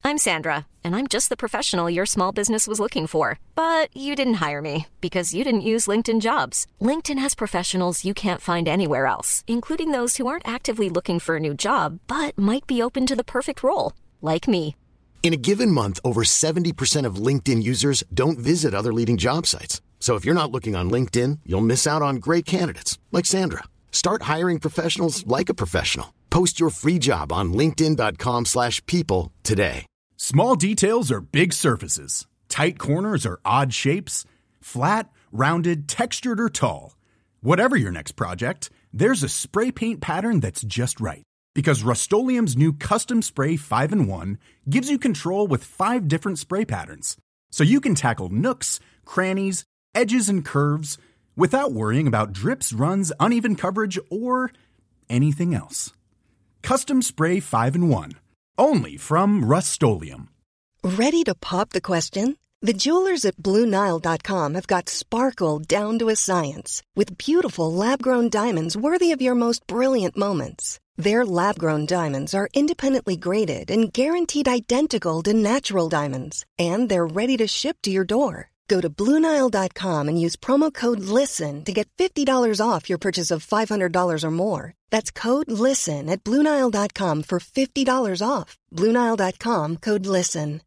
I'm Sandra, and I'm just the professional your small business was looking for. But you didn't hire me because you didn't use LinkedIn Jobs. LinkedIn has professionals you can't find anywhere else, including those who aren't actively looking for a new job, but might be open to the perfect role, like me. In a given month, over 70% of LinkedIn users don't visit other leading job sites. So if you're not looking on LinkedIn, you'll miss out on great candidates like Sandra. Start hiring professionals like a professional. Post your free job on linkedin.com/people today. Small details are big surfaces. Tight corners are odd shapes. Flat, rounded, textured, or tall. Whatever your next project, there's a spray paint pattern that's just right. Because Rust-Oleum's new Custom Spray 5-in-1 gives you control with 5 different spray patterns. So you can tackle nooks, crannies, edges, and curves without worrying about drips, runs, uneven coverage, or anything else. Custom Spray 5-in-1. Only from Rust-Oleum. Ready to pop the question? The jewelers at BlueNile.com have got sparkle down to a science with beautiful lab-grown diamonds worthy of your most brilliant moments. Their lab-grown diamonds are independently graded and guaranteed identical to natural diamonds. And they're ready to ship to your door. Go to BlueNile.com and use promo code LISTEN to get $50 off your purchase of $500 or more. That's code LISTEN at BlueNile.com for $50 off. BlueNile.com, code LISTEN.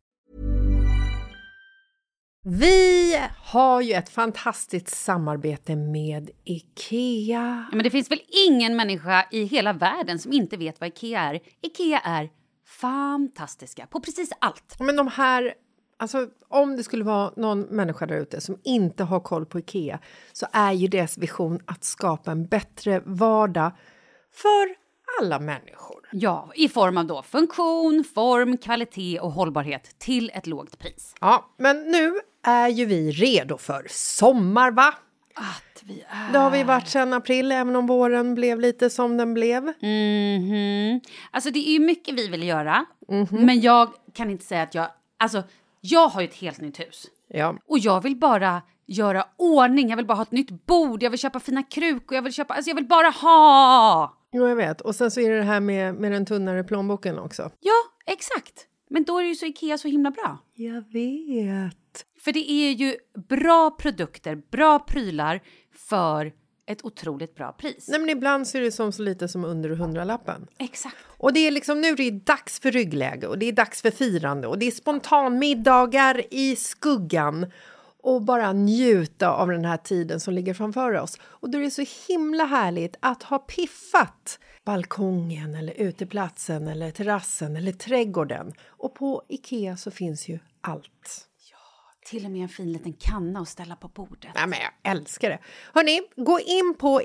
Vi har ju ett fantastiskt samarbete med IKEA. Ja, men det finns väl ingen människa i hela världen som inte vet vad IKEA är. IKEA är fantastiska på precis allt. Men de här, alltså om det skulle vara någon människa där ute som inte har koll på IKEA, så är ju deras vision att skapa en bättre vardag för alla människor. Ja, i form av då funktion, form, kvalitet och hållbarhet till ett lågt pris. Ja, men nu är ju vi redo för sommar, va? Att vi är... Det har vi varit sedan april, även om våren blev lite som den blev. Alltså det är ju mycket vi vill göra. Men jag kan inte säga att jag har ju ett helt nytt hus. Ja. Och jag vill bara göra ordning. Jag vill bara ha ett nytt bord. Jag vill köpa fina krukor. Jag vill bara ha... Jo, jag vet. Och sen så är det här med den tunnare plånboken också. Ja, exakt. Men då är ju så IKEA så himla bra. Jag vet. För det är ju bra produkter, bra prylar för ett otroligt bra pris. Nej, men ibland så är det som så lite som under 100-lappen. Exakt. Och det är liksom, nu är det dags för ryggläge och det är dags för firande och det är spontanmiddagar i skuggan. Och bara njuta av den här tiden som ligger framför oss. Och då är det så himla härligt att ha piffat balkongen eller uteplatsen eller terrassen eller trädgården. Och på IKEA så finns ju allt. Till och med en fin liten kanna att ställa på bordet. Ja, men jag älskar det. Hörrni, gå in på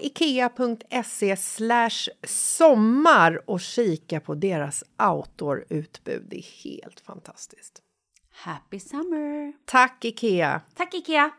ikea.se/sommar och kika på deras outdoor-utbud. Det är helt fantastiskt. Happy summer! Tack IKEA! Tack IKEA!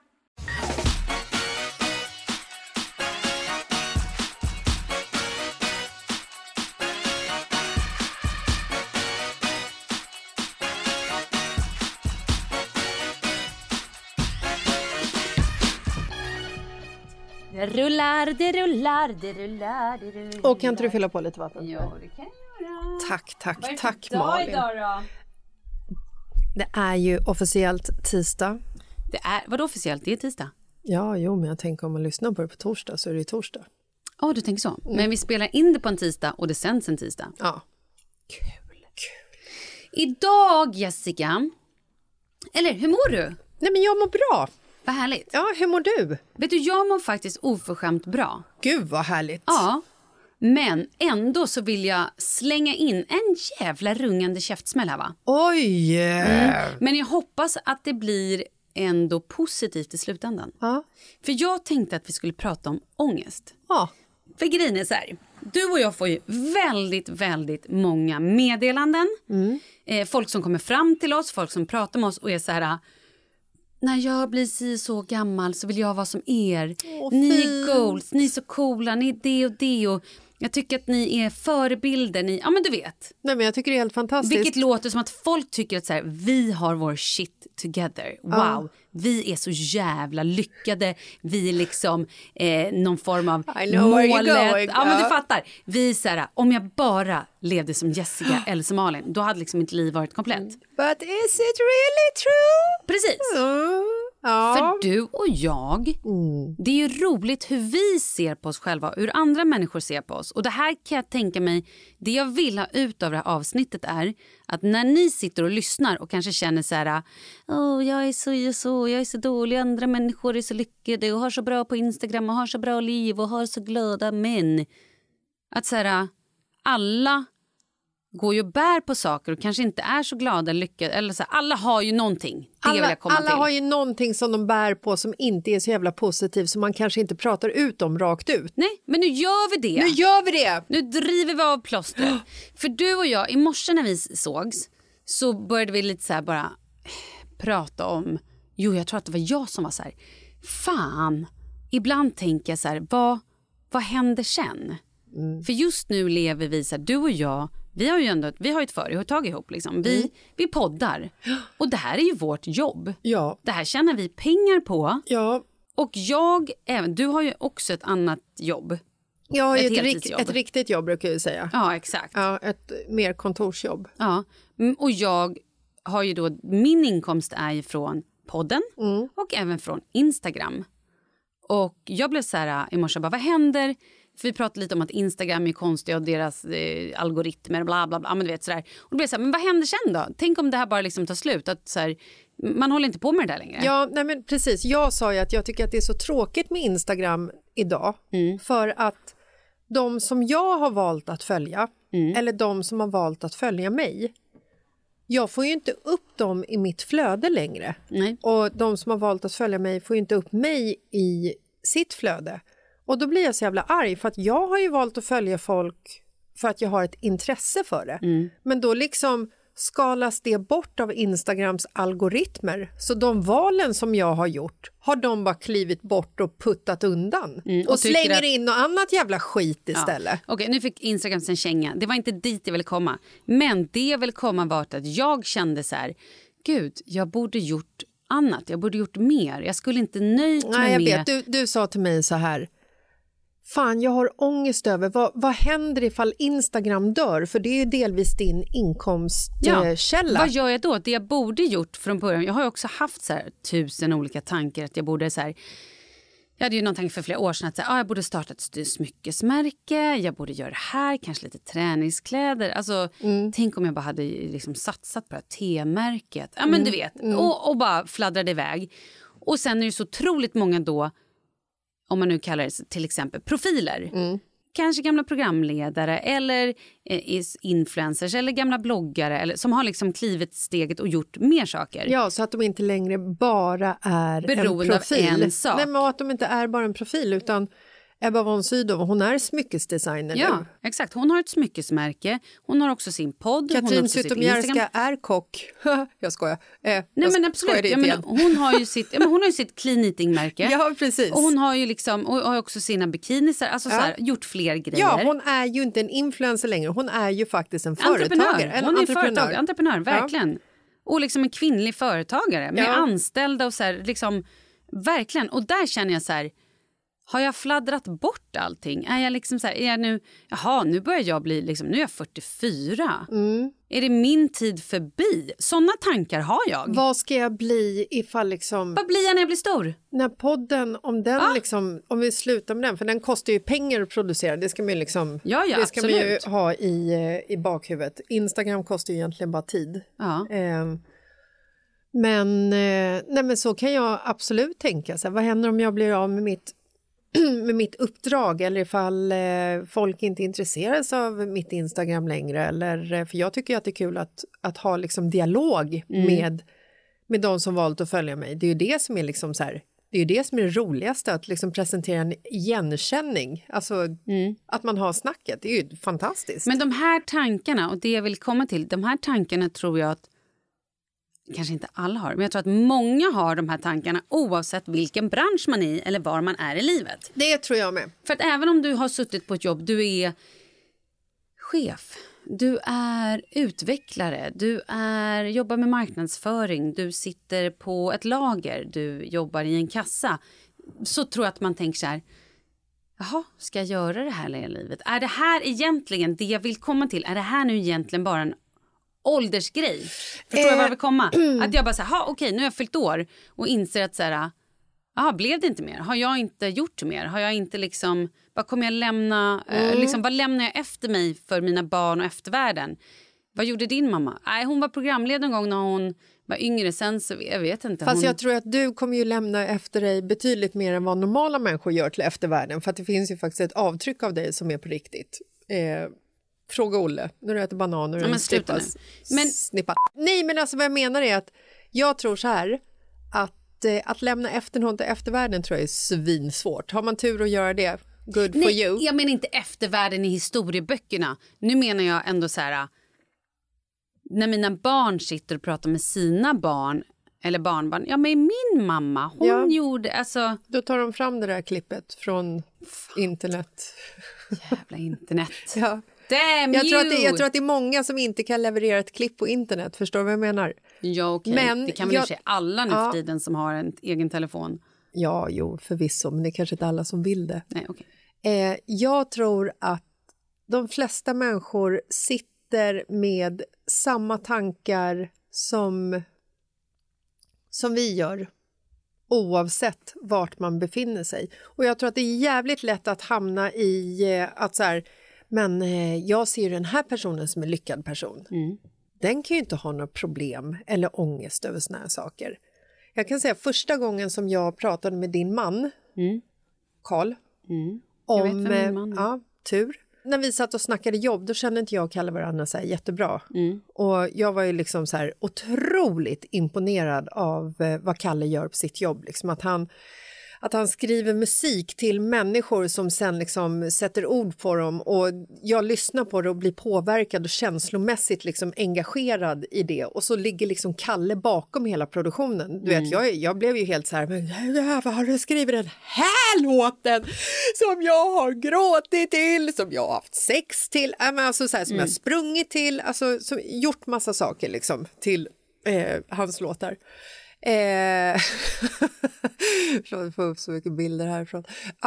Det rullar, det rullar, det rullar, det rullar. Och kan inte du fylla på lite vatten? Ja, det kan jag göra. Tack Malin. Idag då? Det är ju officiellt tisdag. Vadå officiellt? Det är tisdag. Ja, men jag tänker om man lyssnar på det på torsdag så är det ju torsdag. Ja, du tänker så. Men vi spelar in det på en tisdag och det sänds en tisdag. Ja. Kul. Idag, Jessica. Eller, hur mår du? Nej, men jag mår bra. Vad härligt. Ja, hur mår du? Vet du, jag mår faktiskt oförskämt bra. Gud, vad härligt. Ja, men ändå så vill jag slänga in en jävla rungande käftsmäll här, va? Oj! Men jag hoppas att det blir ändå positivt i slutändan. Ja. För jag tänkte att vi skulle prata om ångest. Ja. För grejen är så här, du och jag får ju väldigt, väldigt många meddelanden. Folk som kommer fram till oss, folk som pratar med oss och är så här: när jag blir så gammal så vill jag vara som er. Ni är goals, ni är så coola, ni är det och det. Och Jag tycker att ni är förebilder. Ja, men du vet. Nej, men jag tycker det är helt fantastiskt. Vilket låter som att folk tycker att så här, vi har vår shit together. Wow, vi är så jävla lyckade. Vi är liksom någon form av målet. Ja, men du fattar. Vi så här, om jag bara levde som Jessica eller som Malin, då hade liksom mitt liv varit komplett. But is it really true? Precis. Ja. För du och jag, det är ju roligt hur vi ser på oss själva, hur andra människor ser på oss. Och det här kan jag tänka mig, det jag vill ha ut av det här avsnittet är att när ni sitter och lyssnar och kanske känner så här, jag är så dålig, andra människor är så lyckade och har så bra på Instagram och har så bra liv och har så glada män. Att så här, alla går ju och bär på saker och kanske inte är så glada, lyckade. Eller så här, alla har ju någonting. Alla har ju någonting som de bär på som inte är så jävla positivt som man kanske inte pratar ut om rakt ut. Nej, men nu gör vi det. Nu driver vi av plåstret. För du och jag, i morse när vi sågs så började vi lite så här bara prata om... jag tror att det var jag som var så här... Fan, ibland tänker jag så här, vad händer sen? För just nu lever vi så här, du och jag... Vi har ju ett företag ihop liksom. Vi poddar. Och det här är ju vårt jobb. Ja. Det här tjänar vi pengar på. Ja. Och du har ju också ett annat jobb. Jag har ett riktigt jobb brukar jag säga. Ja, exakt. Ja, ett mer kontorsjobb. Ja. Och jag har ju då, min inkomst är ju från podden och även från Instagram. Och jag blev så här i morse, vad händer? För vi pratade lite om att Instagram är konstiga och deras algoritmer bla bla bla, men du vet sådär. Och då blev det så här, men vad händer sen då? Tänk om det här bara liksom tar slut, att så här, man håller inte på med det där längre. Ja, nej men precis. Jag sa ju att jag tycker att det är så tråkigt med Instagram idag. För att de som jag har valt att följa, eller de som har valt att följa mig, jag får ju inte upp dem i mitt flöde längre. Nej. Och de som har valt att följa mig får ju inte upp mig i sitt flöde. Och då blir jag så jävla arg för att jag har ju valt att följa folk för att jag har ett intresse för det. Men då liksom skalas det bort av Instagrams algoritmer. Så de valen som jag har gjort har de bara klivit bort och puttat undan. Och slänger in något annat jävla skit istället. Ja. Okej, nu fick Instagram sin känga. Det var inte dit jag ville komma. Men det jag ville komma var att jag kände så här, gud, jag borde gjort annat. Jag borde gjort mer. Jag skulle inte nöjt mig med... Jag vet, du sa till mig så här, fan, jag har ångest över vad händer ifall Instagram dör? För det är ju delvis din inkomstkälla. Vad gör jag då? Det jag borde gjort från början. Jag har ju också haft så här 1000 olika tankar. Att jag borde så här... Jag hade ju någonting för flera år sedan att säga, jag borde starta ett smyckesmärke. Jag borde göra det här, kanske lite träningskläder. Alltså, tänk om jag bara hade liksom satsat på det här T-märket. Ja, men du vet. Och bara fladdrade iväg. Och sen är det så otroligt många då, om man nu kallar det till exempel profiler. Kanske gamla programledare eller influencers eller gamla bloggare eller, som har liksom klivit steget och gjort mer saker. Ja, så att de inte längre bara är beroende en profil. Av en sak. Nej, men att de inte är bara en profil utan Ebba von Sydow, hon är smyckesdesigner nu. Ja, exakt. Hon har ett smyckesmärke. Hon har också sin podd. Katrin Zytomierska är kock. Jag skojar. Nej, men absolut. Hon har ju sitt clean eating-märke. Ja, precis. Och hon har ju liksom, och har också sina bikinisar. Alltså så här, gjort fler grejer. Ja, hon är ju inte en influencer längre. Hon är ju faktiskt en företagare. Hon är entreprenör, verkligen. Ja. Och liksom en kvinnlig företagare med anställda och så här, liksom, verkligen. Och där känner jag så här, har jag fladdrat bort allting? Är jag liksom så här, är jag nu, nu börjar jag bli liksom, nu är jag 44. Är det min tid förbi? Såna tankar har jag. Vad ska jag bli ifall liksom... Vad blir jag när jag blir stor? När podden, om den liksom, om vi slutar med den, för den kostar ju pengar att producera. Det ska man ju liksom, det ska man ju ha i bakhuvudet. Instagram kostar ju egentligen bara tid. Ja. Men så kan jag absolut tänka. Så här, vad händer om jag blir av med mitt uppdrag eller ifall folk inte intresserar sig av mitt Instagram längre, eller, för jag tycker att det är kul att ha liksom dialog med de som valt att följa mig. Det är ju det som är liksom så här, det är ju det som är det roligaste, att liksom presentera en igenkänning, alltså att man har snacket, det är ju fantastiskt. Men de här tankarna, och det jag vill komma till, de här tankarna tror jag att kanske inte alla har, men jag tror att många har de här tankarna oavsett vilken bransch man är i eller var man är i livet. Det tror jag med. För att även om du har suttit på ett jobb, du är chef, du är utvecklare, du jobbar med marknadsföring, du sitter på ett lager, du jobbar i en kassa, så tror jag att man tänker så här: jaha, ska jag göra det här i livet? Är det här egentligen det jag vill komma till? Är det här nu egentligen bara en åldersgrej? Förstår jag var jag vill komma? Att jag bara så här, okej, nu har jag fyllt år och inser att så här, blev det inte mer? Har jag inte gjort mer? Har jag inte liksom, vad kommer jag lämna, liksom, vad lämnar jag efter mig för mina barn och eftervärlden? Vad gjorde din mamma? Hon var programledare en gång när hon var yngre, sen så jag vet inte. Fast jag tror att du kommer ju lämna efter dig betydligt mer än vad normala människor gör till eftervärlden, för att det finns ju faktiskt ett avtryck av dig som är på riktigt. Fråga Olle, när du äter bananer och snippa. Nej, men alltså vad jag menar är att jag tror så här, att lämna efter någon till eftervärlden tror jag är svinsvårt. Har man tur att göra det, good for you. Jag menar inte eftervärlden i historieböckerna. Nu menar jag ändå så här, när mina barn sitter och pratar med sina barn eller barnbarn. Ja, men min mamma, hon gjorde, alltså. Då tar de fram det där klippet från internet. Jävla internet. Ja. Jag tror att det är många som inte kan leverera ett klipp på internet. Förstår du vad jag menar? Ja, okej. Men det kan väl säga alla nu för tiden som har en egen telefon. Ja, jo, förvisso. Men det är kanske inte alla som vill det. Nej, okej. Jag tror att de flesta människor sitter med samma tankar som vi gör. Oavsett vart man befinner sig. Och jag tror att det är jävligt lätt att hamna i att så här, men jag ser den här personen som en lyckad person. Den kan ju inte ha några problem eller ångest över såna här saker. Jag kan säga första gången som jag pratade med din man, Carl, om tur. När vi satt och snackade jobb, då kände inte jag och Kalle varandra så här jättebra. Och jag var ju liksom så här otroligt imponerad av vad Kalle gör på sitt jobb. Liksom att han skriver musik till människor som sen liksom sätter ord på dem, och jag lyssnar på det och blir påverkad och känslomässigt liksom engagerad i det, och så ligger liksom Kalle bakom hela produktionen. Du vet, jag blev ju helt så här, men vad har du skrivit den här låten som jag har gråtit till, som jag har haft sex till, alltså så här, som jag har sprungit till, alltså som gjort massa saker liksom till hans låtar. Jag får upp så mycket bilder härifrån.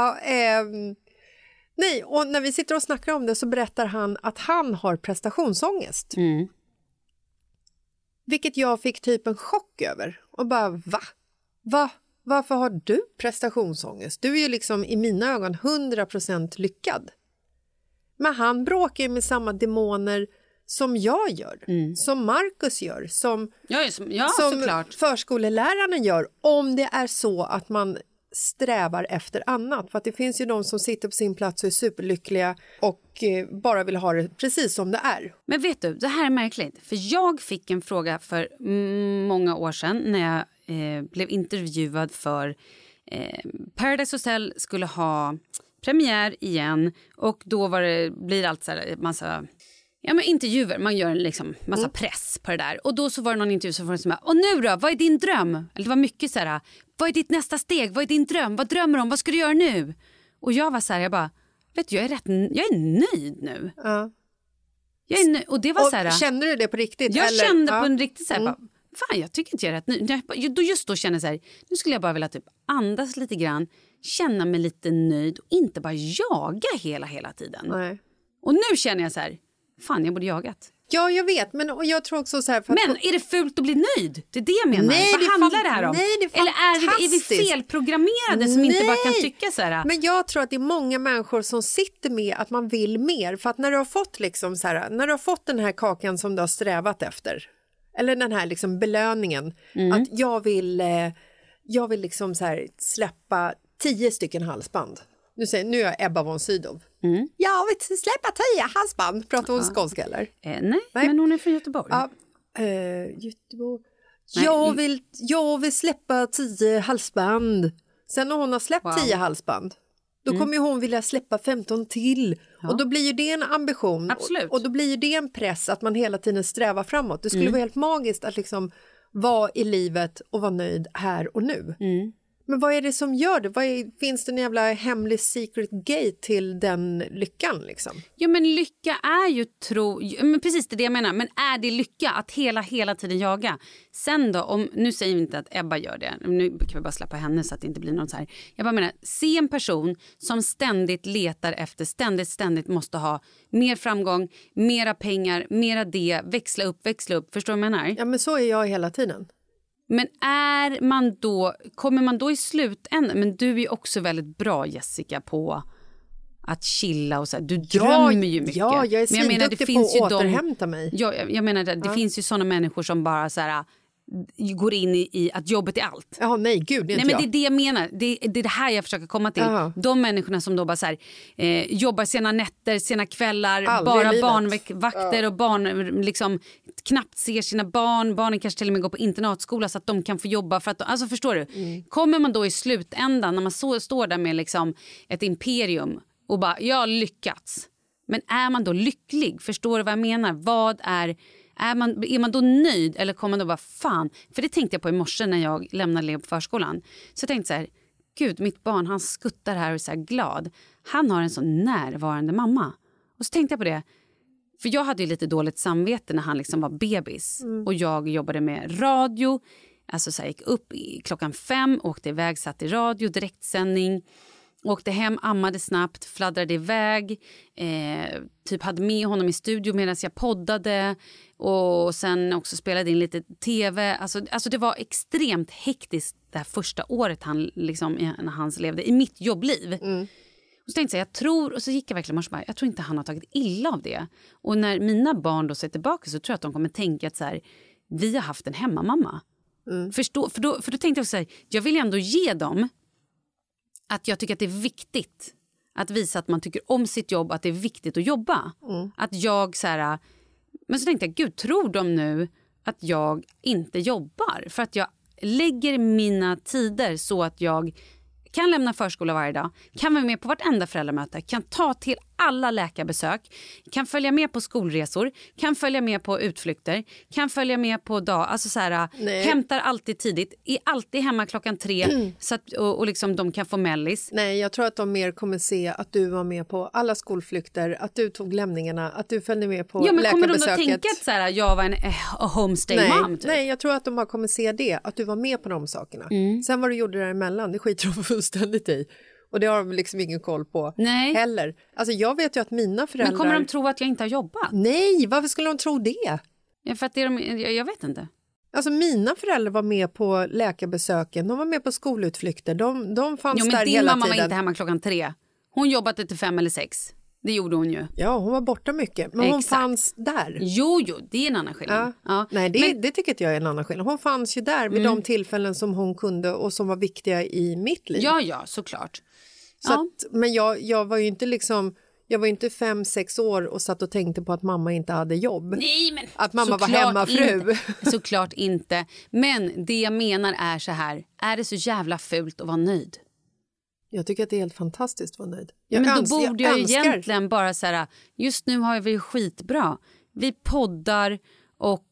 Nej, och när vi sitter och snackar om det så berättar han att han har prestationsångest. Vilket jag fick typ en chock över. Och bara, varför har du prestationsångest? Du är ju liksom i mina ögon 100% lyckad. Men han bråkar ju med samma demoner som jag gör, som Marcus gör, som förskolelärarna gör, om det är så att man strävar efter annat. För att det finns ju de som sitter på sin plats och är superlyckliga och bara vill ha det precis som det är. Men vet du, det här är märkligt. För jag fick en fråga för många år sedan när jag blev intervjuad för Paradise Hotel skulle ha premiär igen, och då blir allt så här massa intervjuer, man gör liksom massa press på det där. Och då så var det någon intervju som var som och nu då, vad är din dröm? Eller det var mycket så här, vad är ditt nästa steg? Vad är din dröm? Vad drömmer du om? Vad ska du göra nu? Och jag var så här, jag bara, vet du, jag är nöjd nu. Jag är nöjd. Och det var så här, kände du det på riktigt? Jag kände på en riktigt så här, bara, fan, jag tycker inte jag är rätt nöjd. Just då kände jag så här, nu skulle jag bara vilja typ andas lite grann, känna mig lite nöjd och inte bara jaga hela tiden. Nej. Och nu känner jag så här, fan, jag borde jagat. Ja, jag vet, men och jag tror också så här... Men är det fult att bli nöjd? Det är det jag menar. Nej, vad handlar det här om? Nej, det är eller är vi felprogrammerade som inte bara kan tycka så här? Men jag tror att det är många människor som sitter med att man vill mer. För att när du har fått liksom så här, när du har fått den här kakan som du har strävat efter, eller den här liksom belöningen, att jag vill liksom så här släppa 10 stycken halsband. Nu är jag Ebba von Sydow. Jag vill släppa 10 halsband. Pratar hon skånska eller? Nej, men hon är från Göteborg. Ja, Göteborg. Jag vill släppa 10 halsband. Sen när hon har släppt 10 halsband, då kommer ju hon vilja släppa 15 till. Ja. Och då blir ju det en ambition. Absolut. Och då blir ju det en press att man hela tiden strävar framåt. Det skulle vara helt magiskt att liksom vara i livet och vara nöjd här och nu. Men vad är det som gör det? Finns det en jävla hemlig secret gate till den lyckan liksom? Ja, men lycka är ju men precis det jag menar. Men är det lycka att hela tiden jaga? Sen då, nu säger vi inte att Ebba gör det. Nu kan vi bara släppa henne så att det inte blir något så här. Jag bara menar, se en person som ständigt letar efter, ständigt måste ha mer framgång, mera pengar, mera det, växla upp. Förstår du vad jag menar? Ja, men så är jag hela tiden. Men kommer man då i slutändan, men du är ju också väldigt bra, Jessica, på att chilla och så här. Du drömmer ju mycket. Ja, jag är svinduktig på att återhämta mig. Jag menar, det finns ju sådana människor som bara så här går in i att jobbet är allt. Ja, nej, gud, det är nej, men det är det jag menar. Det är det här jag försöker komma till. Aha. De människorna som då bara så här, jobbar sena nätter, sena kvällar, aldrig bara barnvakter och barn liksom knappt ser sina barn. Barnen kanske till och med går på internatskola så att de kan få jobba för att alltså förstår du? Kommer man då i slutändan när man står där med liksom ett imperium och bara jag har lyckats. Men är man då lycklig? Förstår du vad jag menar? Är man då nöjd eller kommer man då bara fan? För det tänkte jag på i morse när jag lämnade Leo på förskolan. Så jag tänkte så här, gud mitt barn han skuttar här och är så här glad. Han har en så närvarande mamma. Och så tänkte jag på det. För jag hade ju lite dåligt samvete när han liksom var bebis. Och jag jobbade med radio. Alltså så här, gick upp klockan 5, åkte iväg, satt i radio, direktsändning. Åkte hem, ammade snabbt, fladdrade iväg. Typ hade med honom i studio medan jag poddade. Och sen också spelade in lite tv. Alltså det var extremt hektiskt det här första året när han levde i mitt jobbliv. Och så tänkte jag tror, och så gick jag verkligen och bara, jag tror inte han har tagit illa av det. Och när mina barn då ser tillbaka så tror jag att de kommer tänka att så här, vi har haft en hemmamamma. För då tänkte jag så här, jag vill ändå ge dem att jag tycker att det är viktigt att visa att man tycker om sitt jobb, att det är viktigt att jobba. Att jag så här, men så tänkte jag, gud tror de nu att jag inte jobbar? För att jag lägger mina tider så att jag kan lämna förskola varje dag, kan vara med på vartenda föräldramöte, kan ta till alla läkarbesök, kan följa med på skolresor, kan följa med på utflykter, kan följa med på alltså så här, hämtar alltid tidigt, är alltid hemma klockan 3 så att, och liksom de kan få mellis. Nej, jag tror att de mer kommer se att du var med på alla skolflykter, att du tog lämningarna, att du följde med på läkarbesöket. Ja, men kommer de då tänka att så här, jag var en homestay mom? Typ? Nej, jag tror att de bara kommer se det, att du var med på de sakerna. Sen vad du gjorde däremellan, det skiter de fullständigt i. Och det har de liksom ingen koll på heller. Alltså jag vet ju att mina föräldrar... Men kommer de tro att jag inte har jobbat? Nej, varför skulle de tro det? Ja, för att jag vet inte. Alltså mina föräldrar var med på läkarbesöken, de var med på skolutflykter, de fanns där hela tiden. Men din mamma var inte hemma klockan 3. Hon jobbade till 5 eller 6. Det gjorde hon ju. Ja, hon var borta mycket. Men hon fanns där. Jo, det är en annan skillnad. Ja. Nej, det tycker inte jag är en annan skillnad. Hon fanns ju där vid de tillfällen som hon kunde och som var viktiga i mitt liv. Ja, såklart. Så att, men jag var ju inte liksom... Jag var inte 5-6 år och satt och tänkte på att mamma inte hade jobb. Nej, men att mamma var hemmafru. Såklart inte. Men det jag menar är så här. Är det så jävla fult att vara nöjd? Jag tycker att det är helt fantastiskt att vara nöjd. Men då borde jag egentligen bara så här. Just nu har vi skitbra. Vi poddar och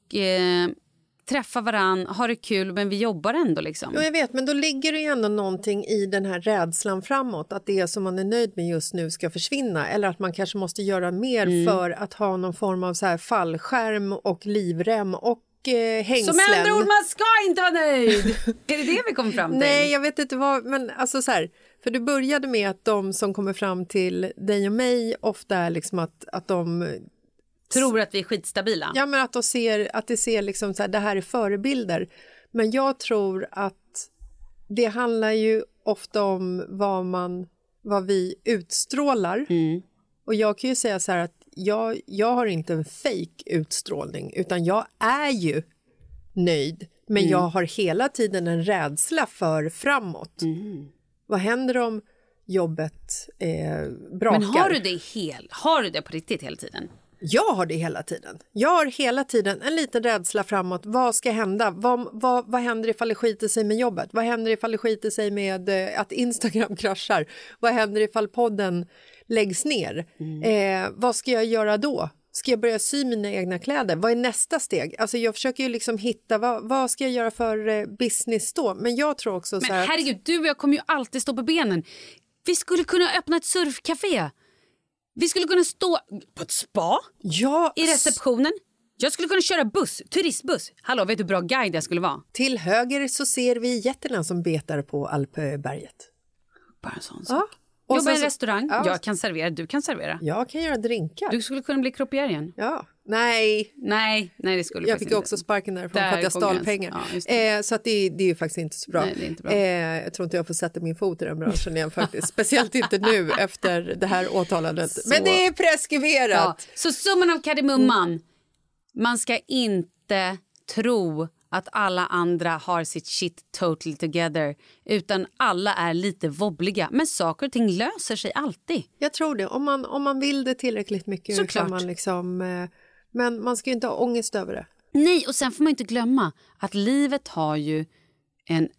träffar varann, har det kul, men vi jobbar ändå liksom. Ja, jag vet, men då ligger det ju ändå någonting i den här rädslan framåt, att det som man är nöjd med just nu ska försvinna, eller att man kanske måste göra mer för att ha någon form av så här fallskärm och livrem och hängslen. Som andra ord, man ska inte vara nöjd! Är det det vi kom fram till? Nej, jag vet inte vad, men alltså så här, för du började med att de som kommer fram till dig och mig ofta är liksom att de tror att vi är skitstabila. Ja, men att det ser liksom så här, det här är förebilder. Men jag tror att det handlar ju ofta om vad vi utstrålar. Och jag kan ju säga så här att jag har inte en fake utstrålning, utan jag är ju nöjd. Men jag har hela tiden en rädsla för framåt. Vad händer om jobbet brakar? Men har du det på riktigt hela tiden? Jag har det hela tiden. Jag har hela tiden en liten rädsla framåt. Vad ska hända? Vad händer ifall det skiter sig med jobbet? Vad händer ifall det skiter sig med att Instagram kraschar? Vad händer ifall podden läggs ner? Vad ska jag göra då? Ska jag börja sy mina egna kläder? Vad är nästa steg? Alltså jag försöker ju liksom hitta, vad ska jag göra för business då? Men jag tror också så här... Men herregud, du och jag kommer ju alltid stå på benen. Vi skulle kunna öppna ett surfcafé. Vi skulle kunna stå på ett spa i receptionen. Jag skulle kunna köra turistbuss. Hallå, vet du hur bra guide jag skulle vara? Till höger så ser vi jätterna som betar på Alpberget. Bara en sån sak. Jobba i en restaurang. Ja. Jag kan servera, du kan servera. Jag kan göra drinkar. Du skulle kunna bli croupier igen. Ja, nej. Nej, det skulle jag fick också sparken därifrån för att jag stal pengar. Ja, så att det är ju faktiskt inte så bra. Nej, det är inte bra. Jag tror inte jag får sätta min fot i den branschen igen faktiskt. Speciellt inte nu efter det här åtalandet. Så. Men det är preskriberat. Ja. Så summan av kardemumman. Man ska inte tro att alla andra har sitt shit totally together, utan alla är lite wobbliga. Men saker och ting löser sig alltid. Jag tror det. Om man vill det tillräckligt mycket så kan man liksom... Men man ska ju inte ha ångest över det. Nej, och sen får man inte glömma att livet har ju en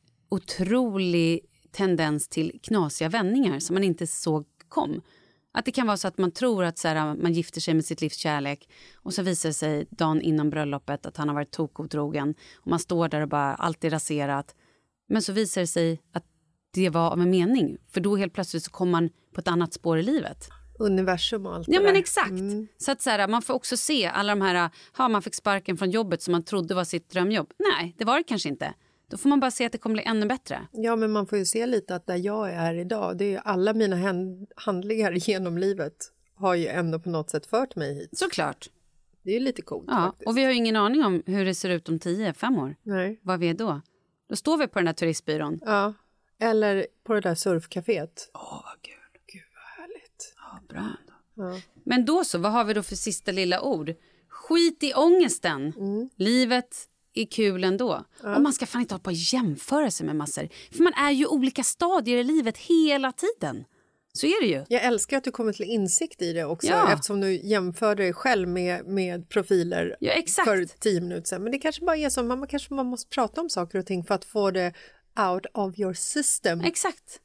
otrolig tendens till knasiga vändningar som man inte såg kom. Att det kan vara så att man tror att så här, man gifter sig med sitt livs kärlek och så visar det sig dagen innan bröllopet att han har varit tokotrogen och man står där och bara allt är raserat. Men så visar det sig att det var av en mening, för då helt plötsligt så kommer man på ett annat spår i livet. Universum och allt ja, det men där. exakt. Så att så här, man får också se alla de här, man fick sparken från jobbet som man trodde var sitt drömjobb. Nej, det var det kanske inte. Då får man bara se att det kommer bli ännu bättre. Ja, men man får ju se lite att där jag är idag, det är ju alla mina handlingar genom livet har ju ändå på något sätt fört mig hit. Såklart. Det är ju lite coolt faktiskt. Och vi har ju ingen aning om hur det ser ut om 10-5 år. Nej. Vad vi är då. Då står vi på den där turistbyrån. Ja, eller på det där surfcaféet. Vad kul. Gud, vad härligt. Ja, bra ändå. Ja. Men då så, vad har vi då för sista lilla ord? Skit i ångesten. Livet är kul ändå. Och man ska fan inte ha på jämförelse med massor. För man är ju olika stadier i livet hela tiden. Så är det ju. Jag älskar att du kommer till insikt i det också. Eftersom du jämför dig själv med profiler för 10 minuter sedan. Men det kanske bara är så. Man kanske måste prata om saker och ting för att få det out of your system. Exakt.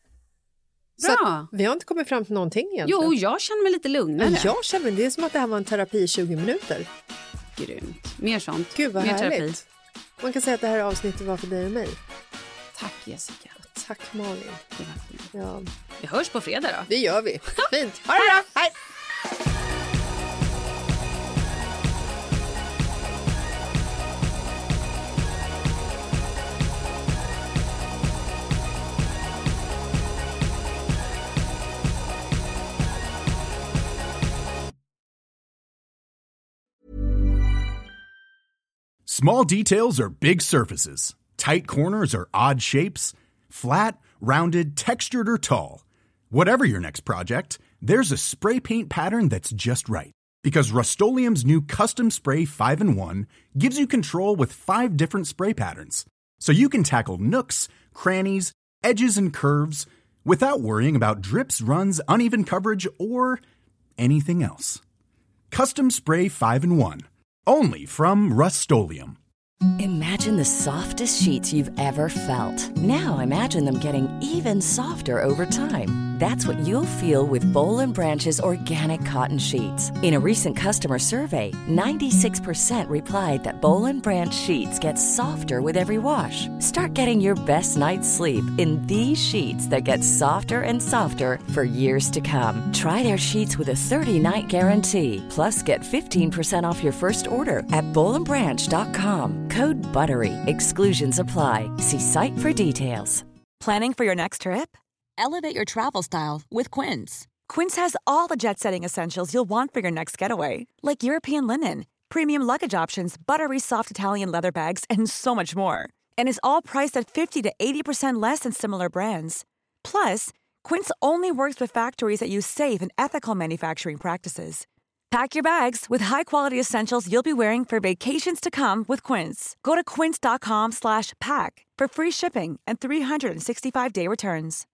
Bra. Vi har inte kommit fram till någonting egentligen. Jo, jag känner mig lite lugnare. Jag känner det är som att det här var en terapi i 20 minuter. Grymt. Mer sånt. Gud vad mer härligt. Terapi. Man kan säga att det här avsnittet var för dig och mig. Tack Jessica. Tack Malin. Ja. Vi hörs på fredag då. Det gör vi. Fint. Ha det bra. Hej. Small details are big surfaces. Tight corners are odd shapes. Flat, rounded, textured, or tall. Whatever your next project, there's a spray paint pattern that's just right. Because Rust-Oleum's new Custom Spray 5-in-1 gives you control with 5 different spray patterns. So you can tackle nooks, crannies, edges, and curves without worrying about drips, runs, uneven coverage, or anything else. Custom Spray 5-in-1. Only from Rust-Oleum. Imagine the softest sheets you've ever felt. Now imagine them getting even softer over time. That's what you'll feel with Boll & Branch's organic cotton sheets. In a recent customer survey, 96% replied that Boll & Branch sheets get softer with every wash. Start getting your best night's sleep in these sheets that get softer and softer for years to come. Try their sheets with a 30-night guarantee. Plus, get 15% off your first order at bollandbranch.com. Code BUTTERY. Exclusions apply. See site for details. Planning for your next trip? Elevate your travel style with Quince. Quince has all the jet-setting essentials you'll want for your next getaway, like European linen, premium luggage options, buttery soft Italian leather bags, and so much more. And is all priced at 50 to 80% less than similar brands. Plus, Quince only works with factories that use safe and ethical manufacturing practices. Pack your bags with high-quality essentials you'll be wearing for vacations to come with Quince. Go to quince.com/pack for free shipping and 365-day returns.